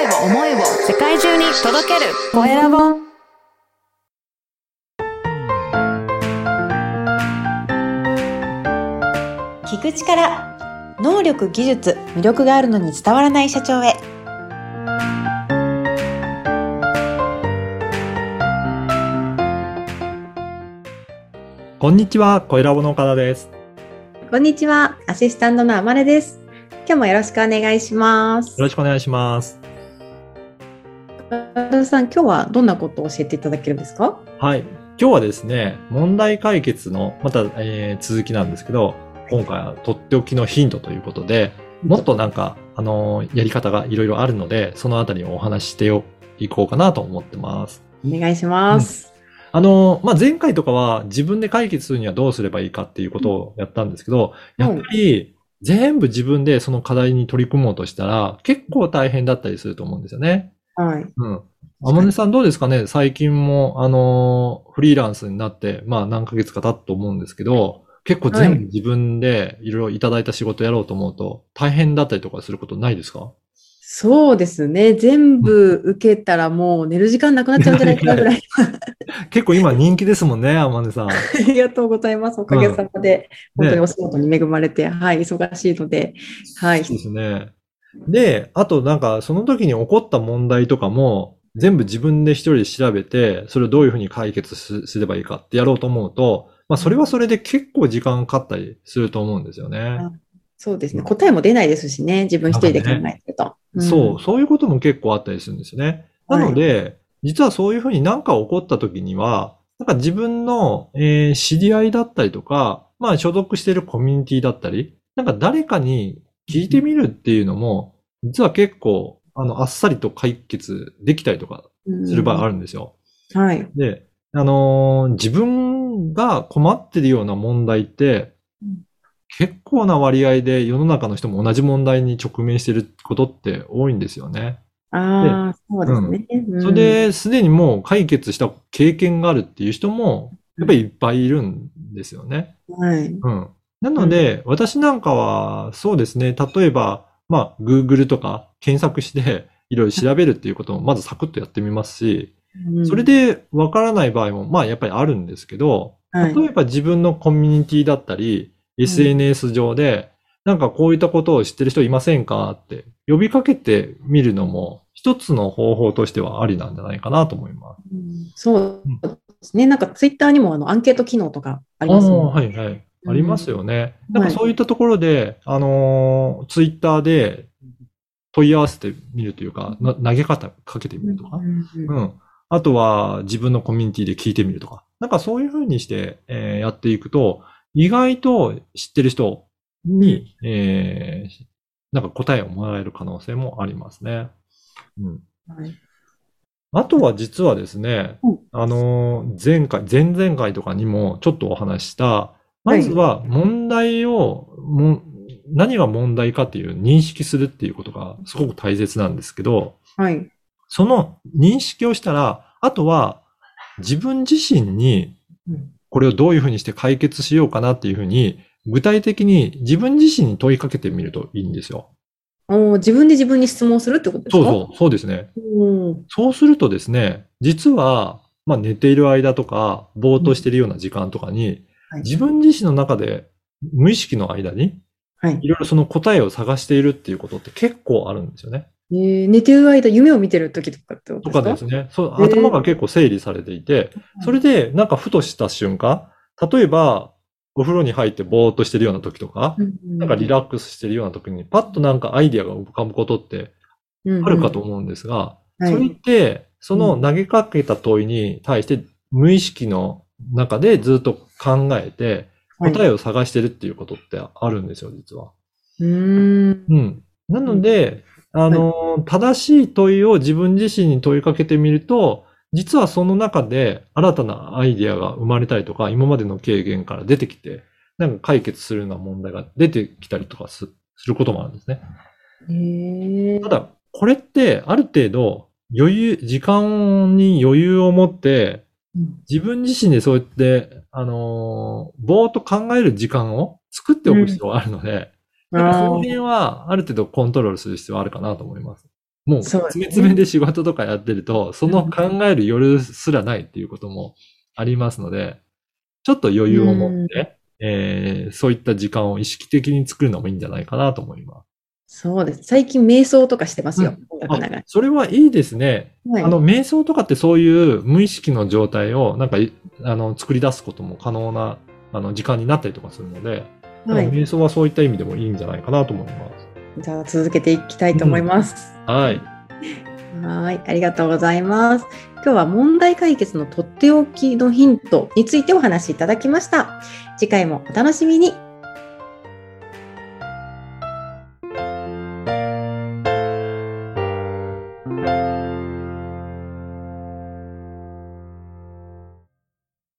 を世界中に届けるコエラボ。 聞く力、能力、技術、魅力があるのに伝わらない社長へ。 こんにちは、コエラボの岡田です。 こんにちは、アシスタントのあまれです。今日もよろしくお願いします。 よろしくお願いします。 岡田さん、今日はどんなことを教えていただけるんですか？ はい。今日はですね、問題解決のまた、続きなんですけど、今回はとっておきのヒントということで、もっとなんか、やり方がいろいろあるので、そのあたりをお話ししていこうかなと思ってます。 お願いします。 前回とかは自分で解決するにはどうすればいいかっていうことをやったんですけど、やっぱり全部自分でその課題に取り組もうとしたら結構大変だったりすると思うんですよね。 はい。 あまねさんどうですかね？最近もフリーランスになって、何ヶ月か経ったと思うんですけど、結構全部自分でいろいろいただいた仕事やろうと思うと大変だったりとかすることないですか？ そうですね。全部受けたらもう寝る時間なくなっちゃうんじゃないかなぐらい。 結構今人気ですもんね、あまねさん。 ありがとうございます。おかげさまで、本当にお仕事に恵まれて、はい、忙しいので、はい。 そうですね。で、あとなんかその時に起こった問題とかも全部自分で一人で調べて、それをどういうふうに解決すればいいかってやろうと思うと、それはそれで結構時間かかったりすると思うんですよね。 そうですね。答えも出ないですしね。自分一人で考えてると。 そういうことも結構あったりするんですよね。なので、実はそういうふうに何か起こった時には、なんか自分の、知り合いだったりとか、所属しているコミュニティだったり、なんか誰かに聞いてみるっていうのも、実は結構、あっさりと解決できたりとかする場合あるんですよ。 はい。 で、自分が困ってるような問題って、結構な割合で世の中の人も同じ問題に直面していることって多いんですよね。 そうですね。 それで、すでにもう解決した経験があるっていう人も、やっぱりいっぱいいるんですよね。 はい。 なので、私なんかは、そうですね、例えば、Google とか検索して、いろいろ調べるっていうことも、まずサクッとやってみますし、それでわからない場合も、やっぱりあるんですけど、例えば自分のコミュニティだったり、SNS 上で、なんかこういったことを知ってる人いませんかって呼びかけてみるのも一つの方法としてはありなんじゃないかなと思います。 そうですね。なんかツイッターにもアンケート機能とかありますもんね。 はいはい。ありますよね。なんかそういったところで、ツイッターで問い合わせてみるというか、投げ方かけてみるとか、あとは自分のコミュニティで聞いてみるとか、なんかそういうふうにして、やっていくと、意外と知ってる人に、なんか答えをもらえる可能性もありますね。あとは実はですね、前々回とかにもちょっとお話した、まずは問題を、何が問題かっていう認識するっていうことがすごく大切なんですけど、その認識をしたら、あとは自分自身にこれをどういうふうにして解決しようかなっていうふうに、具体的に自分自身に問いかけてみるといいんですよ。 自分で自分に質問するってことですか？ そうですね。そうするとですね、実は、寝ている間とか、ぼーっとしているような時間とかに、自分自身の中で無意識の間に、いろいろその答えを探しているっていうことって結構あるんですよね。 寝てる間、夢を見てる時とかってことですか？ とかですね。頭が結構整理されていて、それでなんかふとした瞬間、例えば、お風呂に入ってぼーっとしてるような時とか、なんかリラックスしてるような時に、パッとなんかアイディアが浮かぶことってあるかと思うんですが、それって、その投げかけた問いに対して無意識の中でずっと考えて、答えを探してるっていうことってあるんですよ、実は。なので、正しい問いを自分自身に問いかけてみると、実はその中で新たなアイディアが生まれたりとか、今までの経験から出てきて、なんか解決するような問題が出てきたりとかすることもあるんですね。ただ、これってある程度時間に余裕を持って、自分自身でそうやって、ぼーっと考える時間を作っておく必要があるので、なんかその辺はある程度コントロールする必要はあるかなと思います。 もう、 そうですね詰め詰めで仕事とかやってると、その考える夜すらないっていうこともありますので、ちょっと余裕を持って、そういった時間を意識的に作るのもいいんじゃないかなと思います。 そうです。最近瞑想とかしてますよ。音楽流れ。 それはいいですね。 はい瞑想とかってそういう無意識の状態をなんか、作り出すことも可能な、時間になったりとかするので、 はい。 瞑想はそういった意味でもいいんじゃないかなと思います。 じゃあ続けていきたいと思います。 はい。 はい。ありがとうございます。今日は問題解決のとっておきのヒントについてお話しいただきました。次回もお楽しみに。